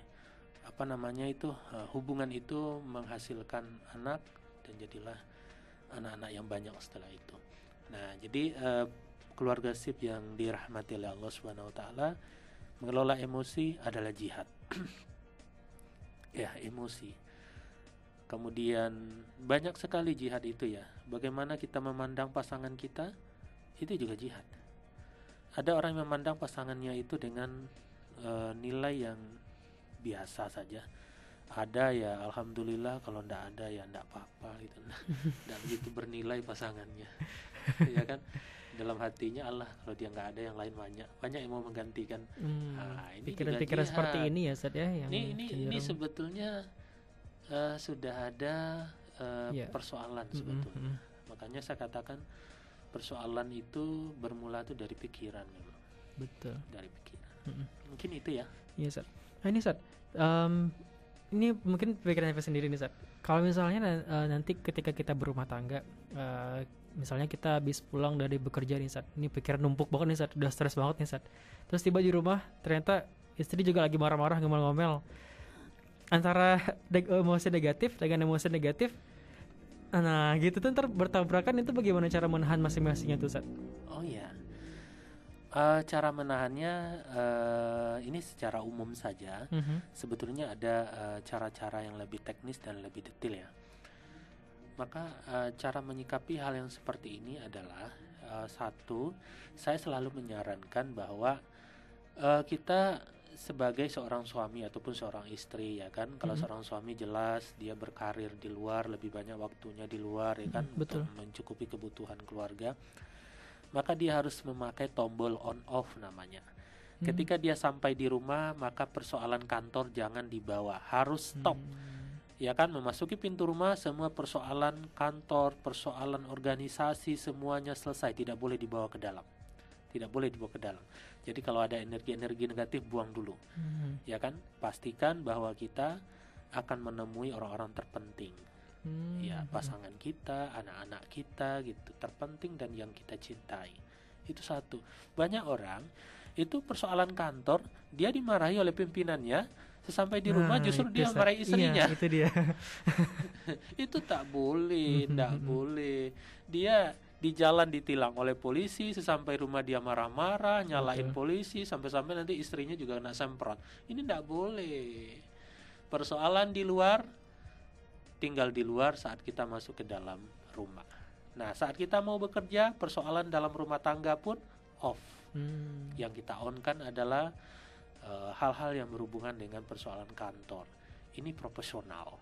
hubungan itu menghasilkan anak, dan jadilah anak-anak yang banyak setelah itu. Nah, jadi keluarga sip yang dirahmati oleh Allah Subhanahu wa taala, mengelola emosi adalah jihad. Ya, emosi. Kemudian banyak sekali jihad itu, ya. Bagaimana kita memandang pasangan kita, itu juga jihad. Ada orang yang memandang pasangannya itu dengan nilai yang biasa saja. Ada, ya alhamdulillah, kalau ndak ada ya ndak apa-apa gitu. Dan begitu bernilai pasangannya. Ya kan? Dalam hatinya Allah, kalau dia nggak ada yang lain banyak yang mau menggantikan. Nah, ini pikiran-pikiran seperti ini ya, Ustaz, ya, yang ini sebetulnya sudah ada persoalan sebetulnya. Makanya saya katakan persoalan itu bermula tuh dari pikiran memang. Betul. Dari pikiran. Mungkin itu ya. Iya, Ustaz. Nah, ini Ustaz, ini mungkin pikiran saya sendiri nih, Ustaz. Kalau misalnya nanti ketika kita berumah tangga, misalnya kita habis pulang dari bekerja nih, Ustaz, ini pikiran numpuk banget nih, Ustaz, udah stres banget nih, Ustaz. Terus tiba di rumah ternyata istri juga lagi marah-marah, ngomel-ngomel. Antara emosi negatif dengan emosi negatif, nah gitu tuh ntar bertabrakan, itu bagaimana cara menahan masing-masingnya tuh, Ustaz? Oh iya, cara menahannya ini secara umum saja. Sebetulnya ada cara-cara yang lebih teknis dan lebih detail, ya. Maka cara menyikapi hal yang seperti ini adalah satu, saya selalu menyarankan bahwa kita sebagai seorang suami ataupun seorang istri, ya kan, kalau seorang suami jelas dia berkarir di luar, lebih banyak waktunya di luar, ya kan, betul, untuk mencukupi kebutuhan keluarga, maka dia harus memakai tombol on off namanya. Ketika dia sampai di rumah, maka persoalan kantor jangan dibawa, harus stop. Ya kan, memasuki pintu rumah, semua persoalan kantor, persoalan organisasi, semuanya selesai, tidak boleh dibawa ke dalam. Tidak boleh dibawa ke dalam. Jadi kalau ada energi-energi negatif, buang dulu. Ya kan, pastikan bahwa kita akan menemui orang-orang terpenting. Ya, pasangan kita, anak-anak kita gitu, terpenting dan yang kita cintai. Itu satu. Banyak orang itu persoalan kantor, dia dimarahi oleh pimpinannya, sesampai di rumah justru dia marahi istrinya. Iya, itu dia. Itu tak boleh, tidak boleh. Dia di jalan ditilang oleh polisi, sesampai rumah dia marah-marah, nyalain polisi, sampai-sampai nanti istrinya juga kena semprot. Ini tidak boleh. Persoalan di luar, tinggal di luar saat kita masuk ke dalam rumah. Nah, saat kita mau bekerja, persoalan dalam rumah tangga pun off. Yang kita on kan adalah hal-hal yang berhubungan dengan persoalan kantor. Ini profesional.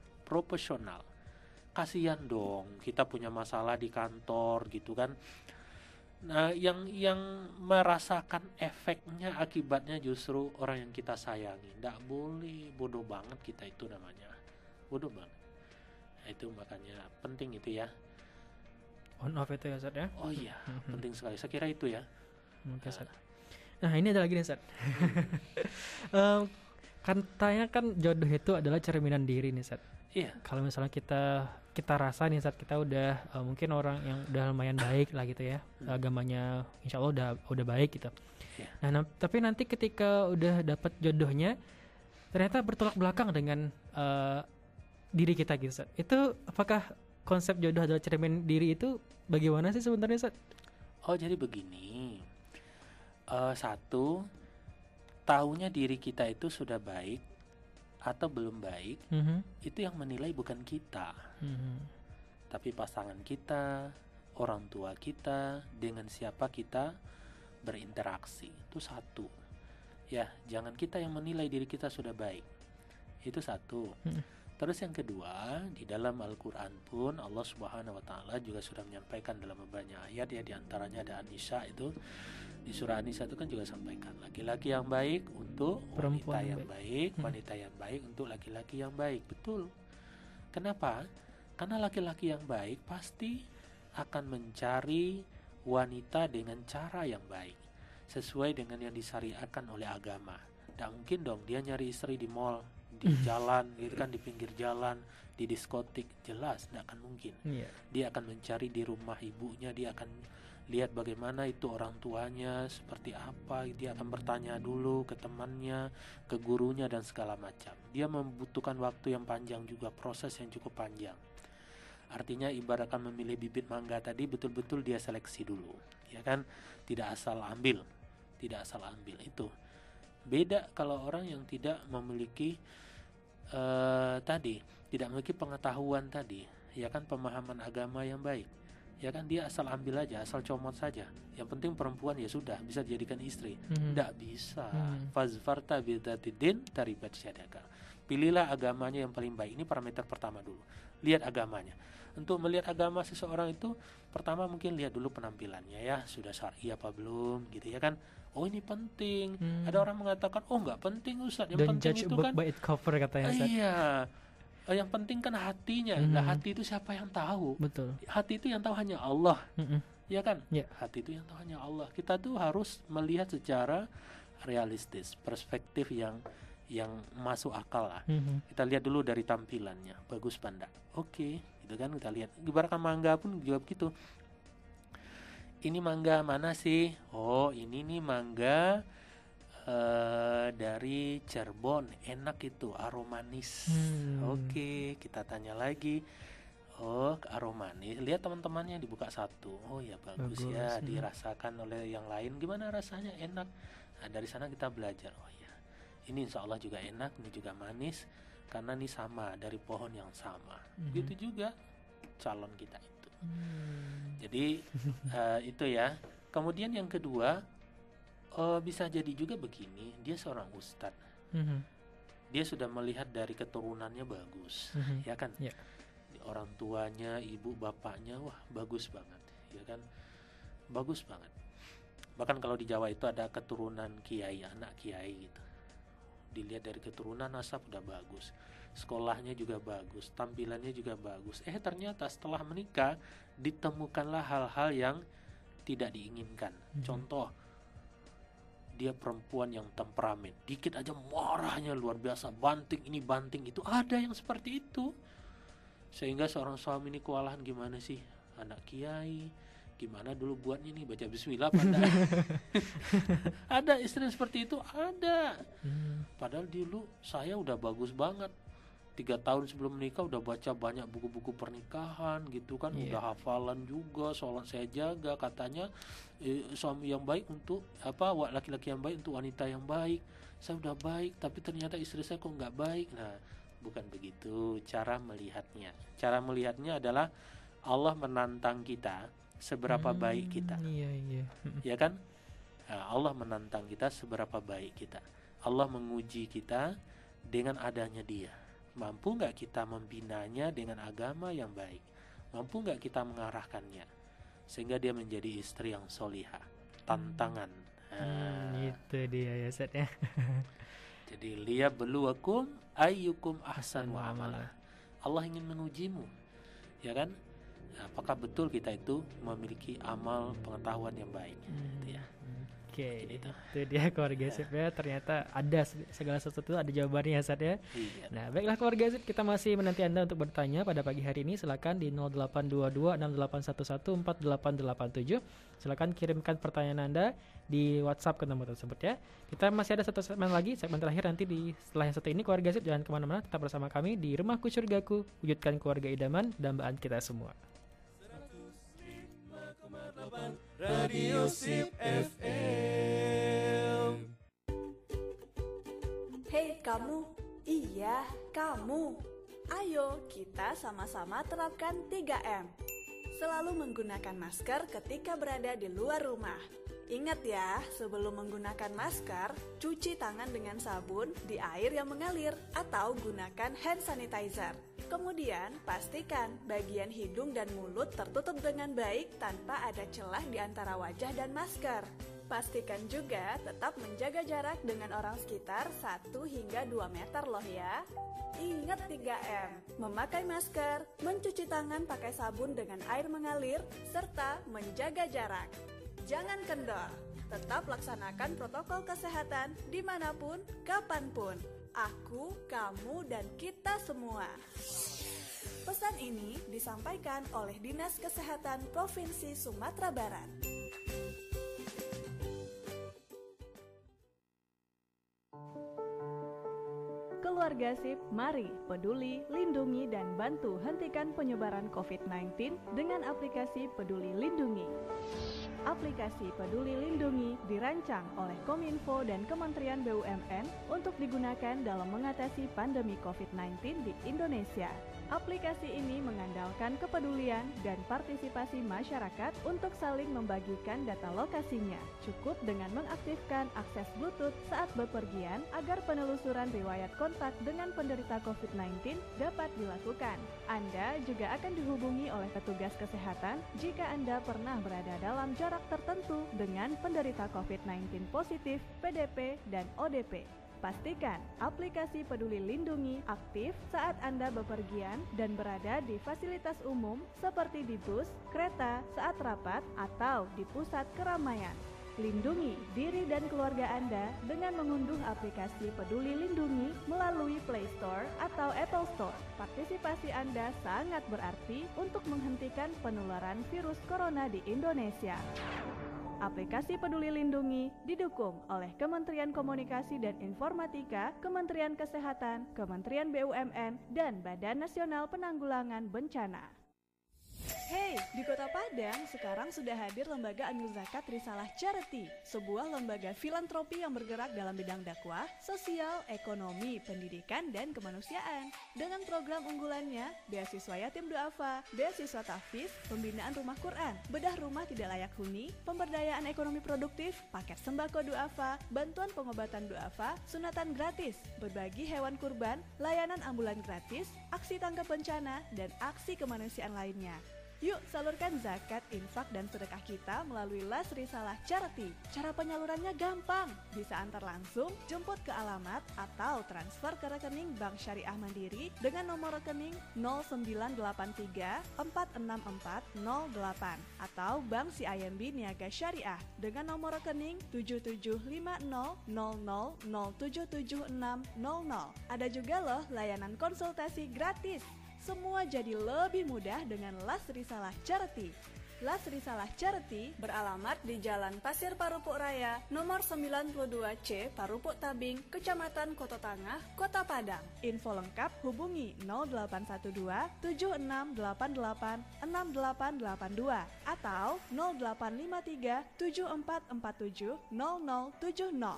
Kasihan dong, kita punya masalah di kantor gitu kan. Nah, yang merasakan efeknya, akibatnya justru orang yang kita sayangi. Nggak boleh, bodoh banget kita itu namanya. Bodoh banget. Nah, itu makanya penting itu ya. On off itu ya, Ustaz, ya? Oh iya, penting sekali. Saya kira itu ya. Oke, Ustaz. Nah, ini ada lagi nih, Ustaz. Katanya kan jodoh itu adalah cerminan diri nih, Ustaz. Iya. Kalau misalnya kita rasa nih, saat kita udah mungkin orang yang udah lumayan baik lah gitu ya, agamanya insya Allah udah baik gitu. Nah, tapi nanti ketika udah dapat jodohnya, ternyata bertolak belakang dengan diri kita gitu, Ustaz. Itu apakah konsep jodoh adalah cermin diri itu bagaimana sih sebenarnya, Ustaz? Oh, jadi begini. Satu, tahunya diri kita itu sudah baik atau belum baik, itu yang menilai bukan kita, tapi pasangan kita, orang tua kita, dengan siapa kita berinteraksi. Itu satu. Ya, jangan kita yang menilai diri kita sudah baik. Itu satu. Terus yang kedua, di dalam Al-Quran pun Allah Subhanahu wa Ta'ala juga sudah menyampaikan dalam banyak ayat, ya, diantaranya ada An-Nisa itu. Di surah An-Nisa itu kan juga sampaikan laki-laki yang baik untuk wanita yang baik, wanita yang baik untuk laki-laki yang baik. Betul. Kenapa? Karena laki-laki yang baik pasti akan mencari wanita dengan cara yang baik, sesuai dengan yang disyariatkan oleh agama. Tidak mungkin dong dia nyari istri di mall, di jalan, gitu kan, di pinggir jalan, di diskotik. Jelas tidak akan mungkin. Dia akan mencari di rumah ibunya, dia akan lihat bagaimana itu orang tuanya, seperti apa. Dia akan bertanya dulu ke temannya, ke gurunya, dan segala macam. Dia membutuhkan waktu yang panjang juga, proses yang cukup panjang. Artinya ibaratkan memilih bibit mangga tadi, betul-betul dia seleksi dulu, ya kan, tidak asal ambil itu. Beda kalau orang yang tidak memiliki tidak memiliki pengetahuan tadi, ya kan, pemahaman agama yang baik, ya kan, dia asal ambil aja, asal comot saja, yang penting perempuan ya sudah bisa dijadikan istri. Tidak bisa. Fazfarta bidzatidin taribat syadaka. Pilihlah agamanya yang paling baik. Ini parameter pertama dulu. Lihat agamanya. Untuk melihat agama seseorang itu, pertama mungkin lihat dulu penampilannya, ya, sudah syar'i apa belum, gitu, ya kan. Oh, ini penting. Ada orang mengatakan, oh, nggak penting Ustaz, yang Don't penting judge itu book kan by its cover, katanya Ustaz. iya, yang penting kan hatinya. Nah, hati itu siapa yang tahu? Betul. Hati itu yang tahu hanya Allah, ya kan. Yeah. Hati itu yang tahu hanya Allah. Kita tuh harus melihat secara realistis, perspektif yang masuk akal lah. Kita lihat dulu dari tampilannya, bagus apa enggak. Oke, gitu kan, kita lihat. Ibaratkan mangga pun juga begitu. Ini mangga mana sih? Oh, ini nih mangga dari Cirebon, enak itu, aromanis. Oke, kita tanya lagi. Oh, aromanis. Lihat teman-temannya dibuka satu. Oh ya, bagus ya, dirasakan oleh yang lain. Gimana rasanya? Enak. Nah, dari sana kita belajar. Oh ya, ini insya Allah juga enak, ini juga manis, karena ini sama, dari pohon yang sama. Gitu juga calon kita itu. Jadi itu ya. Kemudian yang kedua, bisa jadi juga begini, dia seorang ustadz. Dia sudah melihat dari keturunannya bagus, ya kan. Orang tuanya, ibu bapaknya, wah bagus banget, ya kan, bagus banget. Bahkan kalau di Jawa itu ada keturunan kiai, anak kiai gitu. Dilihat dari keturunan, nasab udah bagus, sekolahnya juga bagus, tampilannya juga bagus. Ternyata setelah menikah ditemukanlah hal-hal yang tidak diinginkan. Contoh, dia perempuan yang temperamen, dikit aja marahnya luar biasa, banting ini banting itu. Ada yang seperti itu, sehingga seorang suami ini kewalahan, gimana sih anak kiai, gimana dulu buatnya nih, baca bismillah pada ada istri seperti itu, ada. Padahal dulu saya udah bagus banget, 3 tahun sebelum menikah udah baca banyak buku-buku pernikahan gitu kan, udah hafalan juga, sholat saya jaga, katanya suami yang baik untuk laki-laki yang baik untuk wanita yang baik. Saya udah baik, tapi ternyata istri saya kok nggak baik. Nah, bukan begitu cara melihatnya. Cara melihatnya adalah Allah menantang kita seberapa baik kita. Ya kan? Nah, Allah menantang kita seberapa baik kita. Allah menguji kita dengan adanya Dia. Mampu nggak kita membinanya dengan agama yang baik? Mampu nggak kita mengarahkannya sehingga dia menjadi istri yang solihah? Tantangan. Itu dia ya, Ustaz ya. Jadi liyabluwakum ayyukum ahsanu amala. Allah ingin mengujimu, ya kan? Apakah betul kita itu memiliki amal pengetahuan yang baik? Gitu ya. Oke, itu dia keluarga sip ya. Ternyata ada segala sesuatu ada jawabannya ya, Ustaz ya. Iya. Nah, baiklah keluarga sip, kita masih menanti Anda untuk bertanya pada pagi hari ini. Silakan di 082268114887. Silakan kirimkan pertanyaan Anda di WhatsApp ke nomor tersebut ya. Kita masih ada satu segmen lagi, segmen terakhir nanti setelah yang satu ini. Keluarga sip, jangan kemana-mana, tetap bersama kami di Rumahku Surgaku, wujudkan keluarga idaman, dambaan kita semua. Radio Sip FM. Hei kamu, Iya, kamu. Ayo kita sama-sama terapkan 3M. Selalu menggunakan masker ketika berada di luar rumah. Ingat ya, sebelum menggunakan masker, cuci tangan dengan sabun di air yang mengalir atau gunakan hand sanitizer. Kemudian, pastikan bagian hidung dan mulut tertutup dengan baik tanpa ada celah di antara wajah dan masker. Pastikan juga tetap menjaga jarak dengan orang sekitar 1 hingga 2 meter loh ya. Ingat 3M, memakai masker, mencuci tangan pakai sabun dengan air mengalir, serta menjaga jarak. Jangan kendor, tetap laksanakan protokol kesehatan dimanapun, kapanpun. Aku, kamu, dan kita semua. Pesan ini disampaikan oleh Dinas Kesehatan Provinsi Sumatera Barat. Keluarga SIP, mari peduli, lindungi, dan bantu hentikan penyebaran COVID-19 dengan aplikasi Peduli Lindungi. Aplikasi Peduli Lindungi dirancang oleh Kominfo dan Kementerian BUMN untuk digunakan dalam mengatasi pandemi COVID-19 di Indonesia. Aplikasi ini mengandalkan kepedulian dan partisipasi masyarakat untuk saling membagikan data lokasinya. Cukup dengan mengaktifkan akses Bluetooth saat bepergian agar penelusuran riwayat kontak dengan penderita COVID-19 dapat dilakukan. Anda juga akan dihubungi oleh petugas kesehatan jika Anda pernah berada dalam jarak tertentu dengan penderita COVID-19 positif, PDP, dan ODP. Pastikan aplikasi Peduli Lindungi aktif saat Anda bepergian dan berada di fasilitas umum seperti di bus, kereta, saat rapat, atau di pusat keramaian. Lindungi diri dan keluarga Anda dengan mengunduh aplikasi Peduli Lindungi melalui Play Store atau Apple Store. Partisipasi Anda sangat berarti untuk menghentikan penularan virus corona di Indonesia. Aplikasi Peduli Lindungi didukung oleh Kementerian Komunikasi dan Informatika, Kementerian Kesehatan, Kementerian BUMN, dan Badan Nasional Penanggulangan Bencana. Hey, di Kota Padang sekarang sudah hadir Lembaga Anur Zakat Risalah Charity, sebuah lembaga filantropi yang bergerak dalam bidang dakwah, sosial, ekonomi, pendidikan, dan kemanusiaan. Dengan program unggulannya, beasiswa yatim duafa, beasiswa tahfiz, pembinaan rumah Quran, bedah rumah tidak layak huni, pemberdayaan ekonomi produktif, paket sembako duafa, bantuan pengobatan duafa, sunatan gratis, berbagi hewan kurban, layanan ambulan gratis, aksi tanggap bencana, dan aksi kemanusiaan lainnya. Yuk salurkan zakat, infak, dan sedekah kita melalui Las Risalah Charity. Cara penyalurannya gampang, bisa antar langsung, jemput ke alamat, atau transfer ke rekening Bank Syariah Mandiri dengan nomor rekening 0983 464 08 atau Bank CIMB Niaga Syariah dengan nomor rekening 7750 00077600. Ada juga loh layanan konsultasi gratis. Semua jadi lebih mudah dengan Las Risalah Charity. Las Risalah Charity beralamat di Jalan Pasir Parupuk Raya, nomor 92C, Parupuk Tabing, Kecamatan Koto Tangah, Kota Padang. Info lengkap hubungi 0812 7688 6882 atau 0853 7447 0070.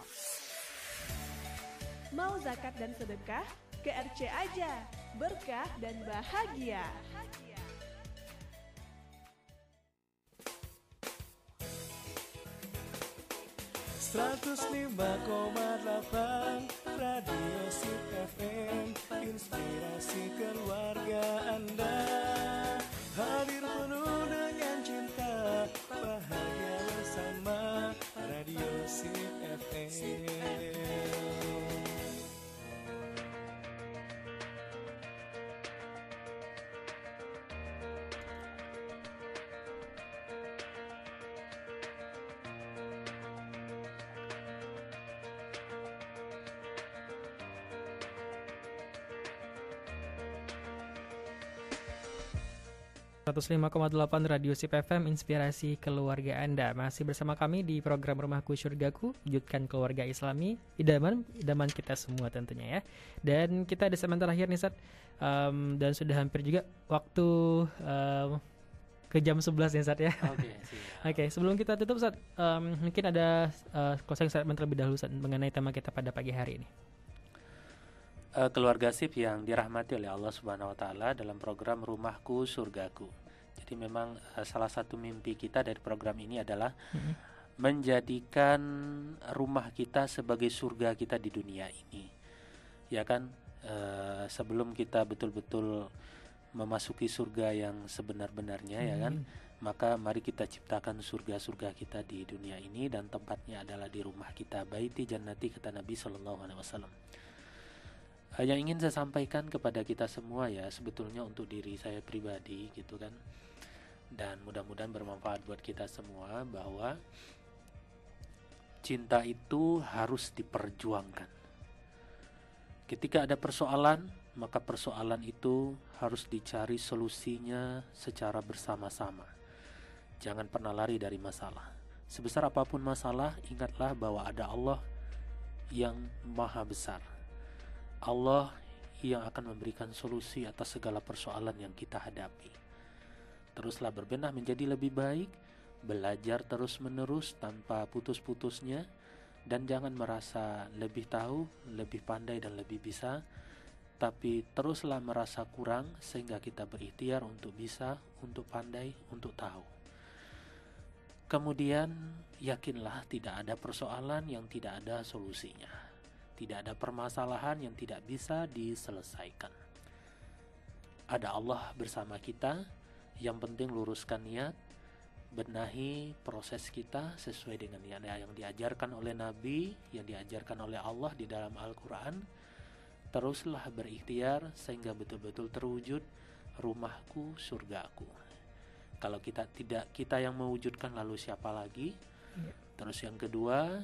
Mau zakat dan sedekah? Ke RC aja, berkah dan bahagia. Seratus 105,8 Radio SIP FM, inspirasi keluarga Anda. Hadir penuh dengan cinta, bahagia bersama Radio SIP FM. 105,8 Radio SIP FM, inspirasi keluarga Anda. Masih bersama kami di program Rumahku Syurgaku, wujudkan keluarga Islami, idaman kita semua tentunya ya. Dan kita ada segmen terakhir nih Sat, dan sudah hampir juga waktu ke jam 11 ya Sat ya. Oke, sebelum kita tutup Sat, mungkin ada closing statement terlebih dahulu Sat mengenai tema kita pada pagi hari ini. keluarga SIP yang dirahmati oleh Allah Subhanahu wa taala, dalam program Rumahku Surgaku. Jadi memang salah satu mimpi kita dari program ini adalah menjadikan rumah kita sebagai surga kita di dunia ini. Ya kan, sebelum kita betul-betul memasuki surga yang sebenar-benarnya, ya kan, maka mari kita ciptakan surga-surga kita di dunia ini, dan tempatnya adalah di rumah kita. Baiti jannati, kata Nabi SAW. Yang ingin saya sampaikan kepada kita semua ya, sebetulnya untuk diri saya pribadi gitu kan, dan mudah-mudahan bermanfaat buat kita semua, bahwa cinta itu harus diperjuangkan. Ketika ada persoalan, maka persoalan itu harus dicari solusinya secara bersama-sama. Jangan pernah lari dari masalah. Sebesar apapun masalah, ingatlah bahwa ada Allah yang maha besar. Allah yang akan memberikan solusi atas segala persoalan yang kita hadapi. Teruslah berbenah menjadi lebih baik, belajar terus-menerus tanpa putus-putusnya, dan jangan merasa lebih tahu, lebih pandai dan lebih bisa, tapi teruslah merasa kurang sehingga kita berikhtiar untuk bisa, untuk pandai, untuk tahu. Kemudian yakinlah tidak ada persoalan yang tidak ada solusinya. Tidak ada permasalahan yang tidak bisa diselesaikan. Ada Allah bersama kita. Yang penting luruskan niat, benahi proses kita sesuai dengan yang diajarkan oleh Nabi, yang diajarkan oleh Allah di dalam Al-Quran. Teruslah berikhtiar sehingga betul-betul terwujud rumahku surgaku. Kalau kita yang mewujudkan, lalu siapa lagi? Terus yang kedua,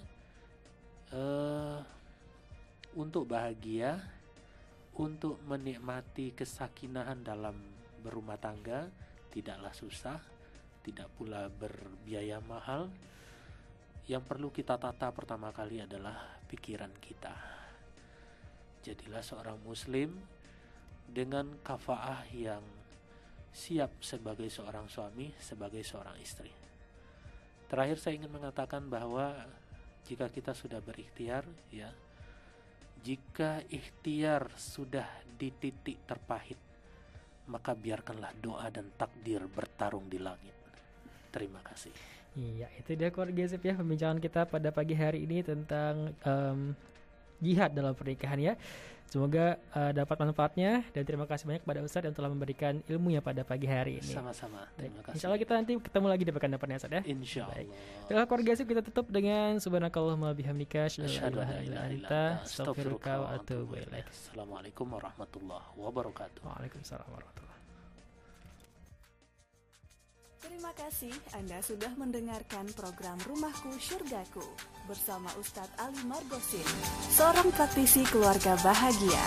untuk bahagia, untuk menikmati kesakinahan dalam berumah tangga, tidaklah susah, tidak pula berbiaya mahal. Yang perlu kita tata pertama kali adalah pikiran kita. Jadilah seorang muslim dengan kafaah yang siap sebagai seorang suami, sebagai seorang istri. Terakhir saya ingin mengatakan bahwa jika kita sudah berikhtiar, ya, jika ikhtiar sudah di titik terpahit, maka biarkanlah doa dan takdir bertarung di langit. Terima kasih. Iya, itu dia keluarga SIP ya, pembincangan kita pada pagi hari ini tentang jihad dalam pernikahan ya. Semoga dapat manfaatnya, dan terima kasih banyak kepada Ustadz yang telah memberikan ilmunya pada pagi hari ini. Sama-sama. Terima kasih. Insya Allah kita nanti ketemu lagi di pekan depan ya Ustadz ya. Insya Allah. Baik. Keluarga SIP, kita tutup dengan subhanakallahumma bihamdika asyhadu an la ilaha illa anta astaghfiruka wa atubu ilaik. Assalamualaikum warahmatullahi wabarakatuh. Waalaikumsalam warahmatullahi. Terima kasih Anda sudah mendengarkan program Rumahku Surgaku bersama Ustadz Ali Margosin, seorang praktisi keluarga bahagia.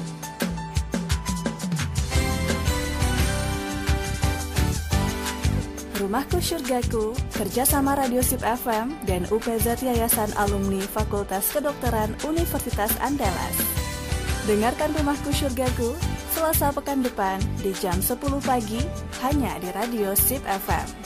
Rumahku Surgaku, kerjasama Radio SIP FM dan UPZ Yayasan Alumni Fakultas Kedokteran Universitas Andalas. Dengarkan Rumahku Surgaku Selasa pekan depan di jam 10 pagi hanya di Radio SIP FM.